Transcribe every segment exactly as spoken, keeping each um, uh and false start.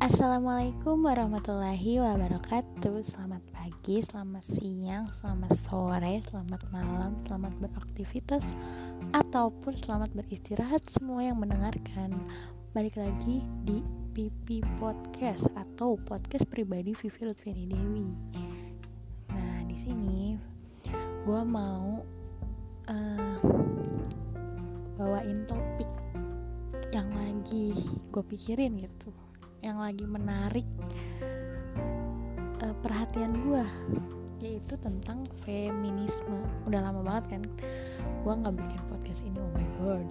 Assalamualaikum warahmatullahi wabarakatuh. Selamat pagi, selamat siang, selamat sore, selamat malam, selamat beraktivitas ataupun selamat beristirahat semua yang mendengarkan. Balik lagi di Pipi Podcast atau podcast pribadi Vivi Lutfiani Dewi. Nah, di sini gue mau uh, bawain topik yang lagi gue pikirin gitu, yang lagi menarik uh, perhatian gue, yaitu tentang feminisme. Udah lama banget kan gue gak bikin podcast ini, oh my god.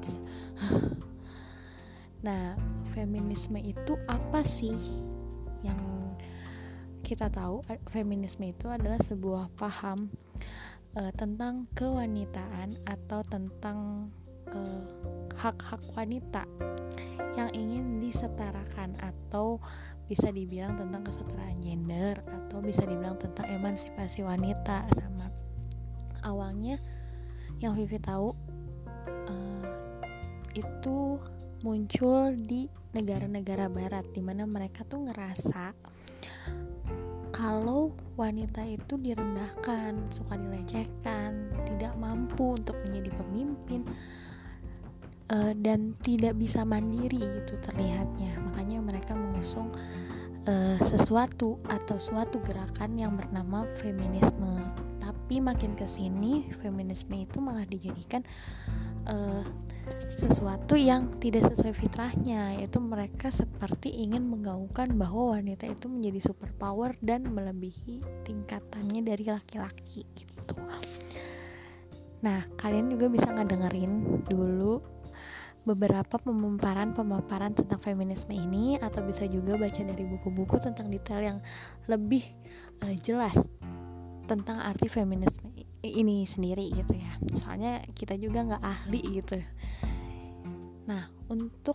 Nah, feminisme itu apa sih? Yang kita tahu, feminisme itu adalah sebuah paham uh, tentang kewanitaan atau tentang uh, hak-hak wanita yang ingin disetarakan, atau bisa dibilang tentang kesetaraan gender, atau bisa dibilang tentang emansipasi wanita. Sama awalnya yang Vivi tahu uh, itu muncul di negara-negara barat, dimana mereka tuh ngerasa kalau wanita itu direndahkan, suka dilecehkan, tidak mampu untuk menjadi pemimpin, Uh, dan tidak bisa mandiri gitu terlihatnya. Makanya mereka mengusung uh, sesuatu atau suatu gerakan yang bernama feminisme. Tapi makin kesini feminisme itu malah dijadikan uh, sesuatu yang tidak sesuai fitrahnya, yaitu mereka seperti ingin menggaungkan bahwa wanita itu menjadi superpower dan melebihi tingkatannya dari laki-laki gitu. Nah, kalian juga bisa ngedengerin dulu beberapa pemaparan-pemaparan tentang feminisme ini, atau bisa juga baca dari buku-buku tentang detail yang lebih uh, jelas tentang arti feminisme ini sendiri gitu ya. Soalnya kita juga nggak ahli gitu. Nah, untuk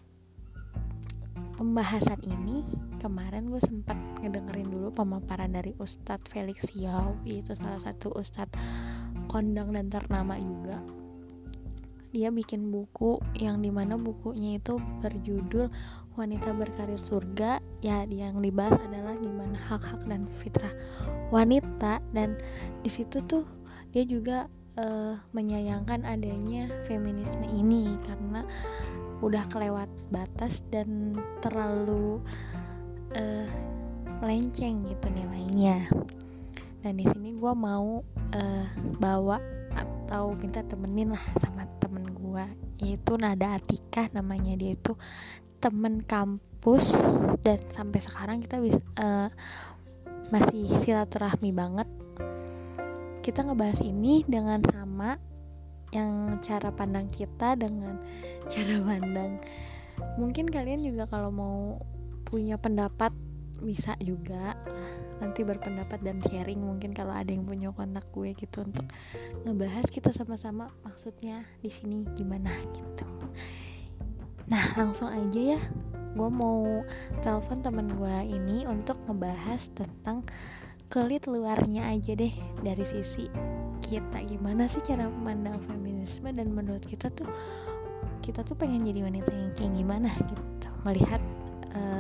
pembahasan ini kemarin gue sempat ngedengerin dulu pemaparan dari Ustadz Felix Yao, itu salah satu ustadz kondang dan ternama juga. Dia bikin buku yang dimana bukunya itu berjudul Wanita Berkarir Surga. Ya, yang dibahas adalah gimana hak-hak dan fitrah wanita, dan di situ tuh dia juga uh, menyayangkan adanya feminisme ini karena udah kelewat batas dan terlalu uh, melenceng gitu nilainya. Dan di sini gue mau uh, bawa atau minta temenin lah sama temen gue, yaitu Nada Atika namanya. Dia itu temen kampus dan sampai sekarang kita bisa uh, masih silaturahmi banget. Kita ngebahas ini dengan sama, yang cara pandang kita dengan cara pandang. Mungkin kalian juga kalau mau punya pendapat bisa juga nanti berpendapat dan sharing, mungkin kalau ada yang punya kontak gue gitu, untuk ngebahas kita sama-sama maksudnya di sini gimana gitu. Nah, langsung aja ya, gue mau telepon teman gue ini untuk ngebahas tentang kulit luarnya aja deh, dari sisi kita gimana sih cara memandang feminisme, dan menurut kita tuh kita tuh pengen jadi wanita yang kayak gimana gitu melihat uh,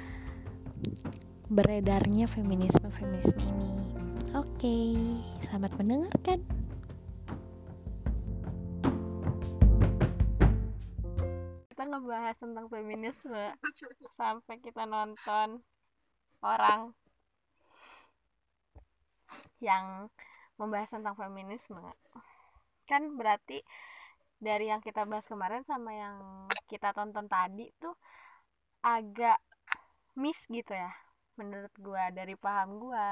beredarnya feminisme-feminisme ini. Oke, selamat mendengarkan. Kita ngebahas tentang feminisme sampai kita nonton orang yang membahas tentang feminisme. Kan berarti dari yang kita bahas kemarin sama yang kita tonton tadi tuh agak miss gitu ya, menurut gue, dari paham gue.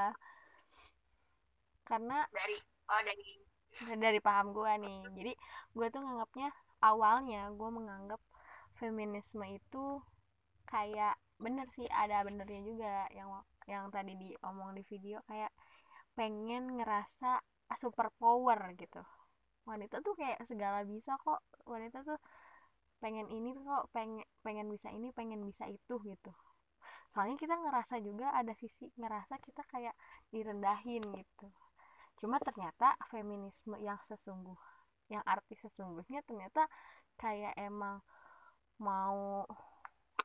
Karena dari oh dari dari paham gue nih, jadi gue tuh nganggapnya, awalnya gue menganggap feminisme itu kayak bener sih, ada benernya juga yang yang tadi diomong di video, kayak pengen ngerasa super power gitu. Wanita tuh kayak segala bisa kok, wanita tuh pengen ini kok, pengen pengen bisa ini, pengen bisa itu gitu. Soalnya kita ngerasa juga ada sisi ngerasa kita kayak direndahin gitu. Cuma ternyata feminisme yang sesungguh, yang arti sesungguhnya ternyata kayak emang mau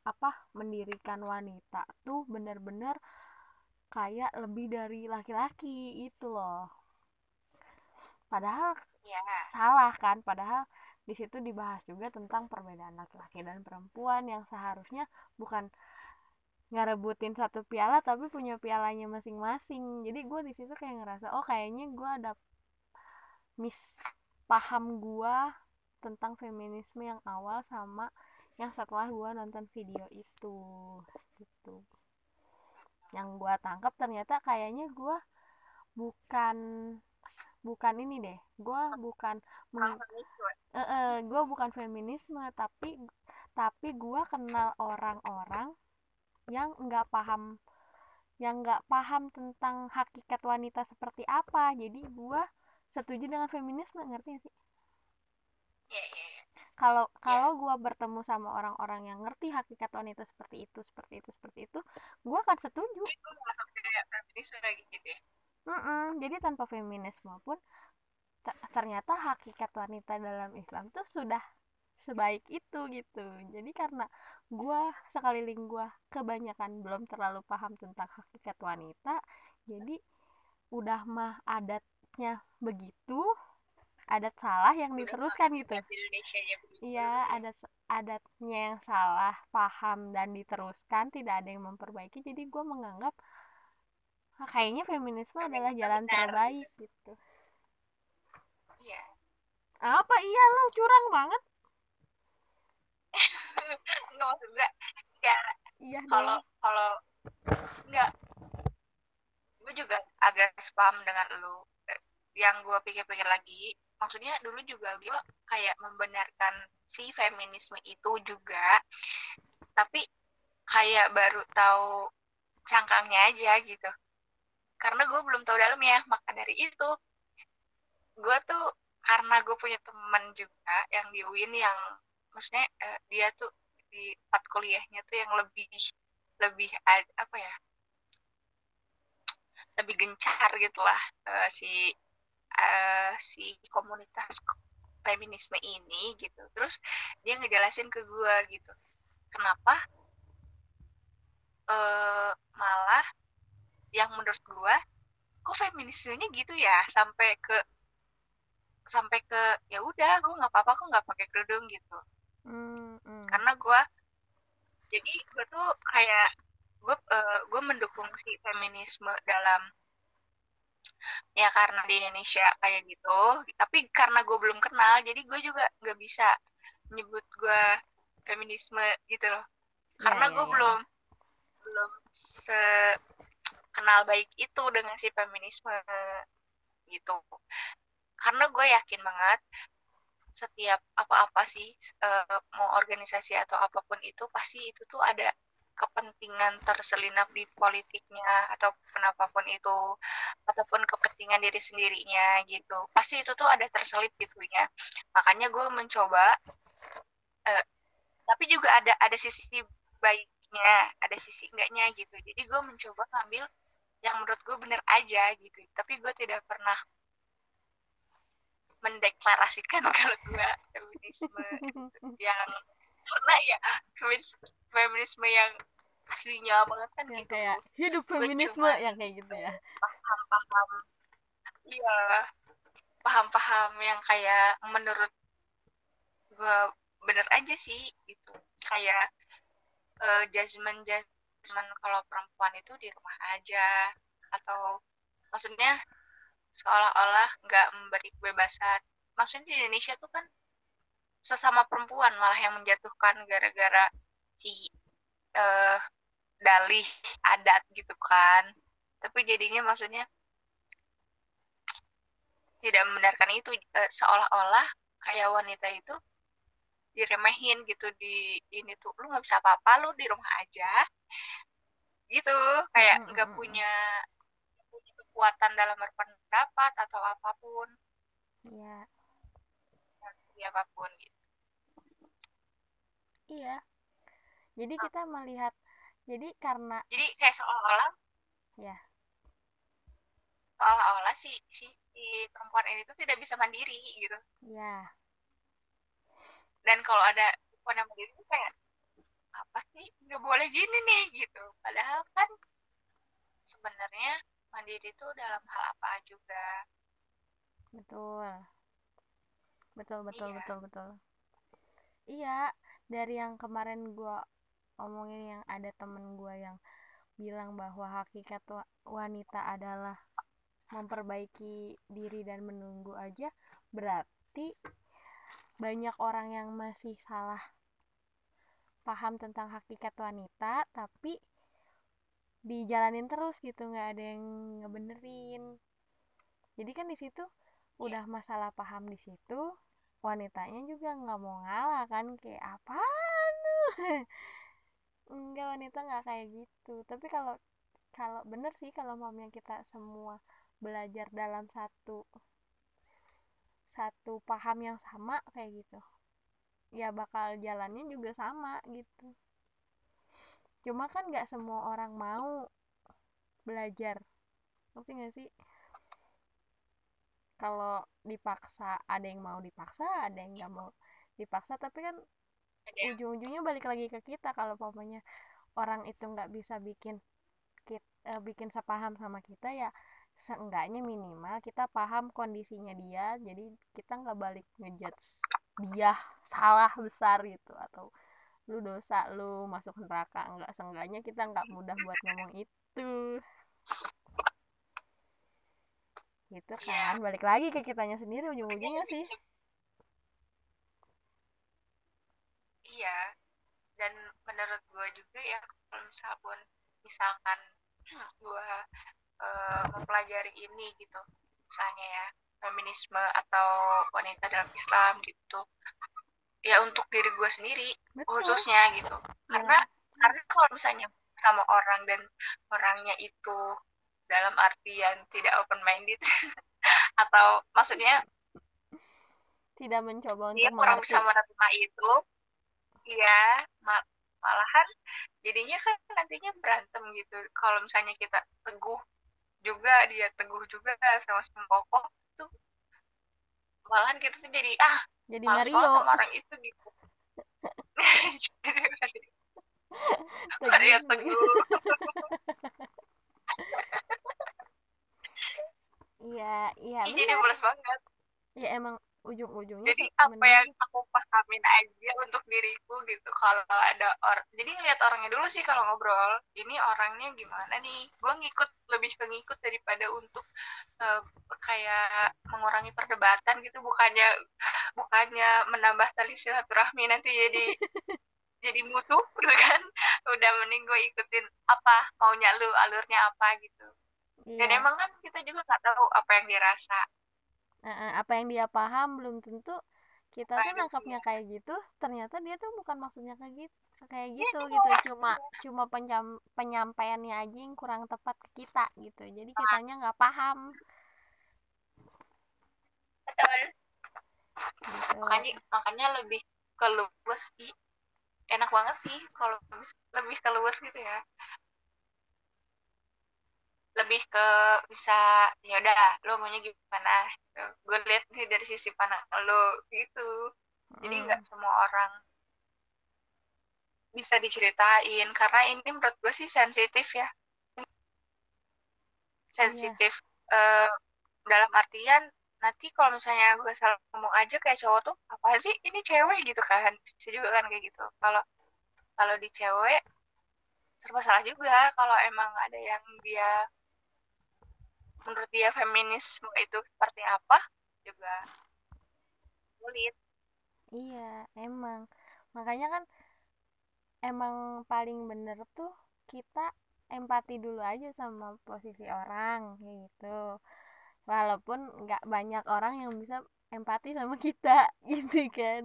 apa mendirikan wanita tuh benar-benar kayak lebih dari laki-laki itu loh. Padahal ya, salah kan, padahal di situ dibahas juga tentang perbedaan laki-laki dan perempuan yang seharusnya bukan ngerebutin satu piala tapi punya pialanya masing-masing. Jadi gue di situ kayak ngerasa oh kayaknya gue ada mis paham gue tentang feminisme yang awal sama yang setelah gue nonton video itu gitu. Yang gue tangkap ternyata kayaknya gue bukan bukan ini deh, gue bukan meng, e -e, gue bukan feminisme tapi tapi gue kenal orang-orang yang nggak paham yang nggak paham tentang hakikat wanita seperti apa, jadi gue setuju dengan feminisme, ngerti gak sih? ya, ya, ya. Kalau Ya, kalau gue bertemu sama orang-orang yang ngerti hakikat wanita seperti itu seperti itu seperti itu, gue akan setuju. itu masuk kayak feminisme lagi gitu ya. Mm-mm, jadi tanpa feminisme pun ternyata hakikat wanita dalam Islam tuh sudah sebaik itu gitu. Jadi karena gue sekeliling gue kebanyakan belum terlalu paham tentang hakikat wanita, jadi udah mah adatnya begitu, adat salah yang Udah diteruskan gitu. masyarakat Indonesia ya begitu Iya, ya. adat adatnya yang salah paham dan diteruskan, tidak ada yang memperbaiki, jadi gue menganggap ah, kayaknya feminisme adalah Feminisme jalan benar terbaik gitu. gitu. Iya. Apa iya lu curang banget? Enggak, maksud gue ya, Iya kalau deh. kalau enggak, gue juga agak sepaham dengan lu. Yang gue pikir-pikir lagi, maksudnya dulu juga gue kayak membenarkan si feminisme itu juga, tapi kayak baru tahu cangkangnya aja gitu, karena gue belum tahu dalamnya. Maka dari itu gue tuh, karena gue punya teman juga yang di U I N yang maksudnya eh, dia tuh di tempat kuliahnya tuh yang lebih lebih ad- apa ya, lebih gencar gitulah, eh, si eh, si komunitas feminisme ini gitu. Terus dia ngejelasin ke gue gitu, kenapa eh, malah yang menurut gue kok feminismenya gitu ya, sampai ke sampai ke ya udah gue nggak apa-apa kok nggak pakai kerudung gitu. Hmm, hmm. Karena gue, jadi gue tuh kayak gue uh, gue mendukung si feminisme dalam, ya karena di Indonesia kayak gitu, tapi karena gue belum kenal jadi gue juga nggak bisa nyebut gue feminisme gitu loh, Ya, karena ya, gue ya, belum ya. belum sekenal baik itu dengan si feminisme gitu. Karena gue yakin banget setiap apa-apa sih, uh, mau organisasi atau apapun itu pasti itu tuh ada kepentingan terselinap di politiknya atau apapun itu, ataupun kepentingan diri sendirinya gitu, pasti itu tuh ada terselip gitunya. Makanya gue mencoba, uh, tapi juga ada ada sisi baiknya, ada sisi enggaknya gitu, jadi gue mencoba ngambil yang menurut gue bener aja gitu, tapi gue tidak pernah mendeklarasikan kalau gue feminisme yang, karena ya feminisme, feminisme yang aslinya banget kan Yang gitu. kayak hidup Gue feminisme cuman yang kayak gitu ya. paham-paham, iya, paham-paham yang kayak menurut gue bener aja sih gitu. Kayak uh, judgement judgement kalau perempuan itu di rumah aja, atau maksudnya seolah-olah nggak memberi kebebasan. Maksudnya di Indonesia tuh kan sesama perempuan malah yang menjatuhkan gara-gara si uh, dalih adat gitu kan. Tapi jadinya maksudnya tidak membenarkan itu, uh, seolah-olah kayak wanita itu diremehin gitu di ini tuh, lu nggak bisa apa-apa, lu di rumah aja gitu, kayak nggak punya punya kekuatan dalam berpendapat atau apapun, Iya, ya apapun gitu. iya. Jadi kita melihat, jadi karena Jadi kayak seolah-olah ya, seolah-olah si, si si perempuan ini tuh tidak bisa mandiri gitu. ya, Dan kalau ada perempuan yang mandiri tuh kayak apa sih sih nggak boleh gini nih gitu, padahal kan sebenarnya mandiri itu dalam hal apa juga. Betul, betul, betul, Iya, betul, betul. Iya, dari yang kemarin gue omongin, yang ada temen gue yang bilang bahwa hakikat wanita adalah memperbaiki diri dan menunggu aja, berarti banyak orang yang masih salah paham tentang hakikat wanita, tapi dijalanin terus gitu, nggak ada yang ngebenerin. Jadi kan di situ iya, udah masalah paham di situ, wanitanya juga nggak mau ngalah kan, kayak apaan lu? Enggak, wanita nggak kayak gitu. Tapi kalau kalau bener sih, kalau mamanya kita semua belajar dalam satu satu paham yang sama kayak gitu, ya bakal jalannya juga sama gitu. Cuma kan nggak semua orang mau belajar, ngerti nggak sih? Kalau dipaksa, ada yang mau dipaksa, ada yang nggak mau dipaksa, tapi kan ada yang ujung-ujungnya balik lagi ke kita. Kalau pamannya orang itu nggak bisa bikin kita, eh, bikin sepaham sama kita, ya seenggaknya minimal kita paham kondisinya dia, jadi kita nggak balik ngejudge dia salah besar gitu, atau lu dosa, lu masuk neraka. Nggak, seenggaknya kita nggak mudah buat ngomong itu gitu kan. iya, Balik lagi ke kitanya sendiri ujung-ujungnya sih. iya. Dan menurut gue juga ya, kalau misalkan misalkan gue uh, mempelajari ini gitu, misalnya ya feminisme atau wanita dalam Islam gitu, ya untuk diri gue sendiri Betul khususnya gitu, ya, karena karena kalau misalnya sama orang dan orangnya itu dalam artian tidak open minded atau maksudnya tidak mencoba dia untuk kurang bisa mengerti. menerima itu, ya mal malahan jadinya kan nantinya berantem gitu. Kalau misalnya kita teguh juga, dia teguh juga sama-sama kokoh tuh, malahan kita tuh jadi ah Jadi malas banget Mario sama orang itu gitu. teguh. Maria teguh. Iya, iya Jadi benar. males banget. Ya emang ujung-ujungnya Jadi apa sebenarnya. yang aku pahamin aja untuk diriku gitu, kalau ada orang, jadi ngeliat orangnya dulu sih kalau ngobrol, ini orangnya gimana nih, gue ngikut, lebih ke ngikut daripada untuk uh, kayak mengurangi perdebatan gitu, bukannya bukannya menambah tali silaturahmi nanti jadi jadi musuh gitu kan. Udah mending gue ikutin apa maunya lu, alurnya apa gitu. Dan Iya. emang kan kita juga nggak tahu apa yang dia rasa, Nah, apa yang dia paham belum tentu kita apa tuh yang nangkapnya dia. kayak gitu, ternyata dia tuh bukan maksudnya kayak gitu, kayak gitu Gitu. gitu cuma cuma pencam, penyampaiannya aja yang kurang tepat ke kita gitu, jadi kitanya nggak paham Betul. gitu. makanya makanya lebih keluas sih, enak banget sih kalau lebih keluas gitu ya, lebih ke bisa ya udah lo maunya gimana gitu, gue lihat nih dari sisi pandang lo gitu, jadi nggak Hmm, semua orang bisa diceritain, karena ini menurut gue sih sensitif ya, iya, sensitif eh, dalam artian nanti kalau misalnya gue salah ngomong aja kayak cowok tuh apa sih ini cewek gitu kan, bisa juga kan kayak gitu. Kalau kalau di cewek serba salah juga, kalau emang ada yang dia menurut dia feminisme itu seperti apa juga sulit. iya emang, makanya kan emang paling bener tuh kita empati dulu aja sama posisi orang kayak gitu, walaupun nggak banyak orang yang bisa empati sama kita gitu kan.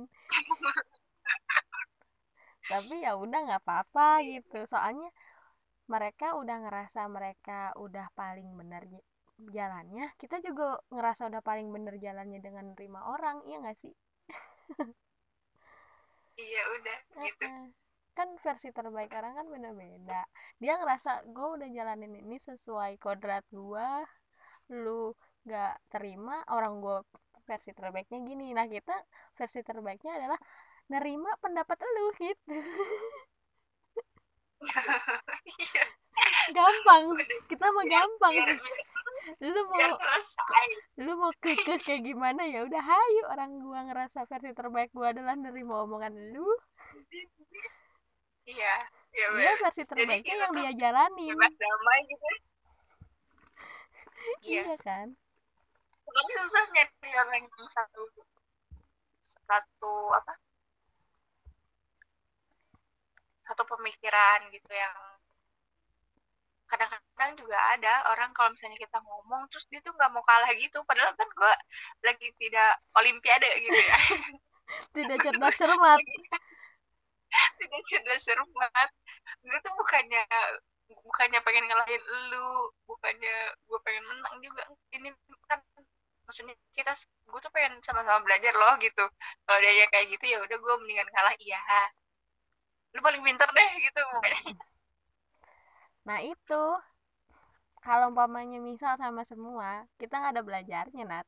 Tapi ya udah, nggak apa-apa gitu, soalnya mereka udah ngerasa mereka udah paling benar jalannya, kita juga ngerasa udah paling bener jalannya dengan nerima orang, iya nggak sih? Iya udah gitu. Uh-uh. Kan versi terbaik orang kan beda-beda, dia ngerasa gue udah jalanin ini sesuai kodrat gue, lu nggak terima orang gue versi terbaiknya gini, nah kita versi terbaiknya adalah nerima pendapat lu gitu. Iya. Gampang, Udah, kita mah biar gampang biar sih. biar, Lu biar mau selesai. lu mau kekeh kayak gimana ya udah, hayu, orang gua ngerasa versi terbaik gua adalah nerima omongan lu, Iya, iya dia bener. versi Jadi terbaiknya kita yang tuh dia jalanin. bebas damai gitu. Iya. Iya kan. Tapi susah nyari orang yang satu satu apa satu pemikiran gitu, yang kadang-kadang juga ada orang kalau misalnya kita ngomong terus dia tuh nggak mau kalah gitu, padahal kan gue lagi tidak olimpiade gitu ya. Tidak cerdas cermat. Tidak cerdas cermat. Gue tuh bukannya bukannya pengen ngalahin lu, bukannya gue pengen menang juga. Ini kan maksudnya kita, gue tuh pengen sama-sama belajar loh gitu. Kalau dia kayak gitu ya udah, gue mendingan kalah. Iya, lu paling pinter deh gitu. Nah itu, kalau umpamanya misal sama semua kita nggak ada belajarnya, Nat.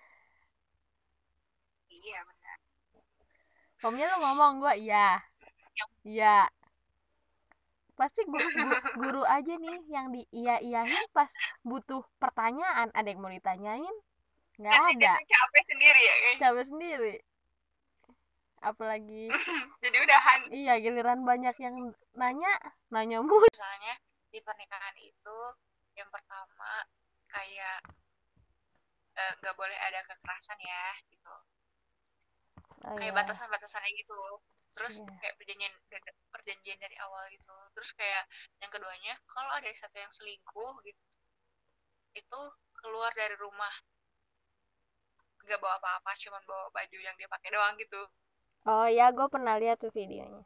Iya benar. Pokoknya lu ngomong gua iya iya, pasti guru, guru, guru aja nih yang di iya iyahin, pas butuh pertanyaan ada yang mau ditanyain nggak Nanti ada, kita capek sendiri ya kayak. capek sendiri. Apalagi Jadi udahan. iya, giliran banyak yang nanya nanya mulu. Misalnya di pernikahan itu, yang pertama kayak eh, nggak boleh ada kekerasan ya gitu, Oh kayak iya. batasan-batasannya gitu. Terus Iya. kayak perjanjian perjanjian dari awal gitu. Terus kayak yang keduanya, kalau ada satu yang selingkuh gitu, itu keluar dari rumah nggak bawa apa-apa, cuman bawa baju yang dia pakai doang gitu, Oh ya, gue pernah lihat tuh videonya.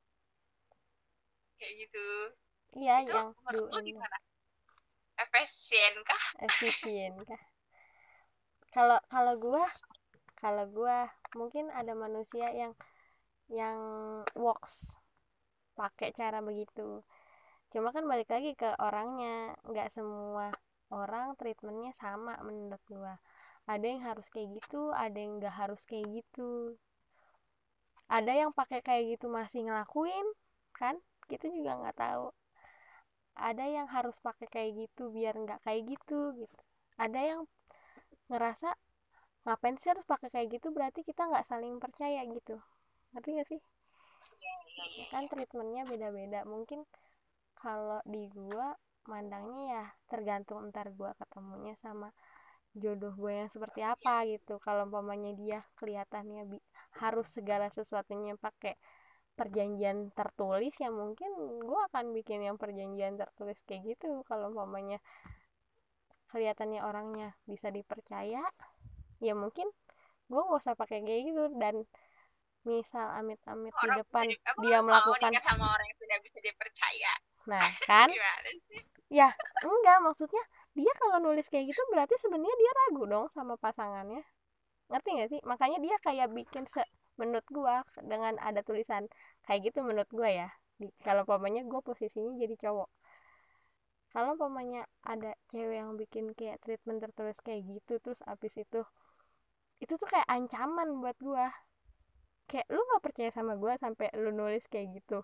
kayak gitu. Iya, Itu yang di menurut lo Indo. gimana, efisien kah? Efisien kah? Kalau kalau gue, kalau gue mungkin ada manusia yang yang works pakai cara begitu. Cuma kan balik lagi ke orangnya, nggak semua orang treatmentnya sama menurut gue. Ada yang harus kayak gitu, ada yang nggak harus kayak gitu. Ada yang pakai kayak gitu masih ngelakuin, kan? Kita juga nggak tahu. Ada yang harus pakai kayak gitu biar nggak kayak gitu gitu. Ada yang ngerasa ngapain sih harus pakai kayak gitu, berarti kita nggak saling percaya gitu. Ngerti gak sih? Iya, iya, iya, Kan iya. treatmentnya beda-beda. Mungkin kalau di gua mandangnya ya tergantung ntar gua ketemunya sama jodoh gue yang seperti apa gitu. Kalau umpamanya dia kelihatannya bi- harus segala sesuatunya pakai perjanjian tertulis, ya mungkin gue akan bikin yang perjanjian tertulis kayak gitu. Kalau umpamanya kelihatannya orangnya bisa dipercaya, ya mungkin gue gak usah pakai kayak gitu. Dan misal amit-amit di Orang bisa depan di, emang dia lu mau melakukan, nikah sama orang yang sudah bisa dipercaya? nah kan, Gimana sih? ya enggak, maksudnya dia kalau nulis kayak gitu berarti sebenarnya dia ragu dong sama pasangannya. Ngerti gak sih? Makanya dia kayak bikin se menurut gua dengan ada tulisan kayak gitu, menurut gua ya. Di, kalau pamannya gua posisinya jadi cowok. Kalau pamannya ada cewek yang bikin kayak treatment tertulis kayak gitu, terus abis itu itu tuh kayak ancaman buat gua. Kayak lu nggak percaya sama gua sampai lu nulis kayak gitu.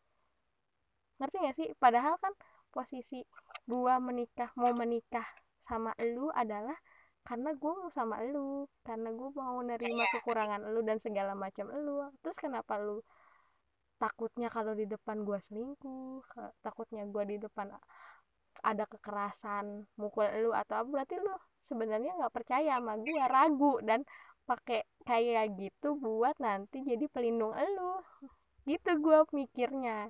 Ngerti gak sih? Padahal kan posisi gua menikah, mau menikah sama lu adalah karena gue mau sama lu, karena gue mau nerima Kayak kekurangan lu dan segala macam lu. Terus kenapa lu takutnya kalau di depan gue selingkuh, takutnya gue di depan ada kekerasan, mukul lu atau apa? Berarti lu sebenarnya nggak percaya sama gue, ragu, dan pakai kayak gitu buat nanti jadi pelindung lu. Gitu gue mikirnya.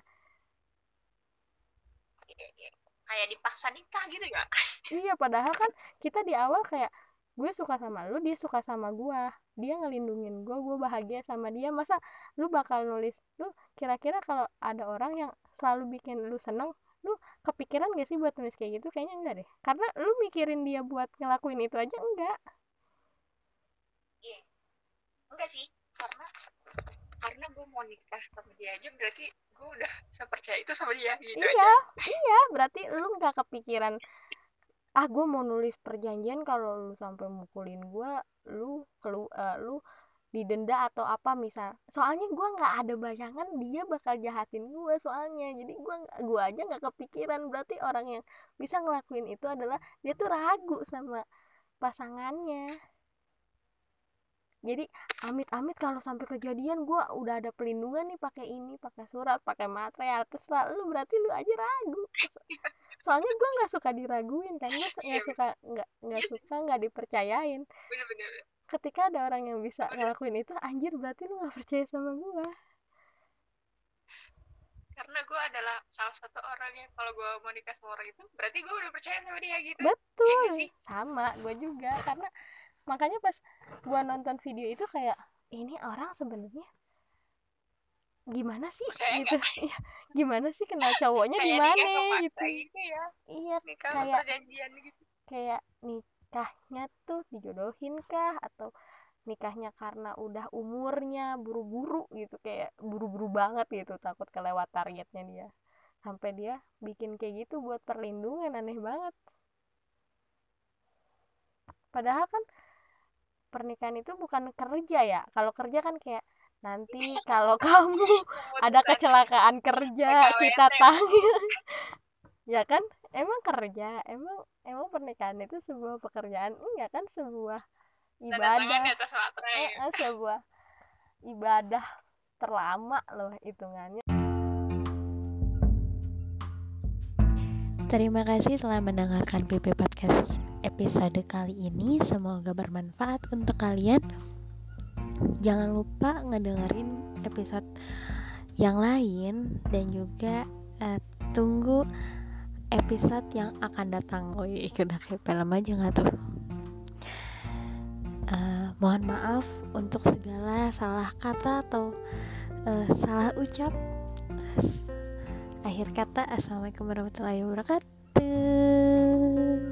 kayak dipaksa nikah gitu ya. Iya, padahal kan kita di awal kayak gue suka sama lu, dia suka sama gue, dia ngelindungin gue, gue bahagia sama dia. Masa lu bakal nulis, lu kira-kira kalau ada orang yang selalu bikin lu seneng, lu kepikiran gak sih buat nulis kayak gitu? Kayaknya enggak deh, karena lu mikirin dia buat ngelakuin itu aja enggak. Iya, enggak sih, karena karena gue mau nikah sama dia aja berarti gue udah sepercaya itu sama dia gitu Iya, aja. iya, berarti lu nggak kepikiran, ah gue mau nulis perjanjian kalau lu sampai mukulin gue, lu kelu uh, lu didenda atau apa misal. Soalnya gue nggak ada bayangan dia bakal jahatin gue soalnya, jadi gue gue aja nggak kepikiran. Berarti orang yang bisa ngelakuin itu adalah dia tuh ragu sama pasangannya. Jadi amit-amit kalau sampai kejadian gue udah ada pelindungan nih, pakai ini, pakai surat, pakai materai, terserah lu, berarti lu aja ragu. Soalnya gue nggak suka diraguin kan, gue nggak suka nggak nggak suka nggak dipercayain. Bener-bener. Ketika ada orang yang bisa ngelakuin itu, anjir berarti lu nggak percaya sama gue. Karena gue adalah salah satu orang yang kalau gue mau nikah sama orang itu berarti gue udah percaya sama dia gitu. Betul, ya sih? sama gue juga. Karena makanya pas gue nonton video itu kayak, ini orang sebenarnya gimana sih Percaya gitu ya, gimana sih kenal cowoknya di mana gitu. gitu ya. Iya, Nikah kayak perjanjian gitu. Kayak nikahnya tuh dijodohin kah, atau nikahnya karena udah umurnya buru-buru gitu, kayak buru-buru banget gitu, takut kelewat targetnya dia, sampai dia bikin kayak gitu buat perlindungan. Aneh banget. Padahal kan pernikahan itu bukan kerja ya. Kalau kerja kan kayak, nanti kalau kamu ada kecelakaan kerja kita tanggung. Ya kan, emang kerja, emang emang pernikahan itu sebuah pekerjaan, enggak kan, sebuah ibadah. Eh, eh, sebuah ibadah terlama loh hitungannya. Terima kasih telah mendengarkan P P Podcast episode kali ini. Semoga bermanfaat untuk kalian. Jangan lupa ngedengerin episode yang lain, dan juga uh, tunggu episode yang akan datang. Wih, udah kayak film aja gak tuh? Uh, mohon maaf untuk segala salah kata atau uh, salah ucap. Akhir kata, assalamualaikum warahmatullahi wabarakatuh.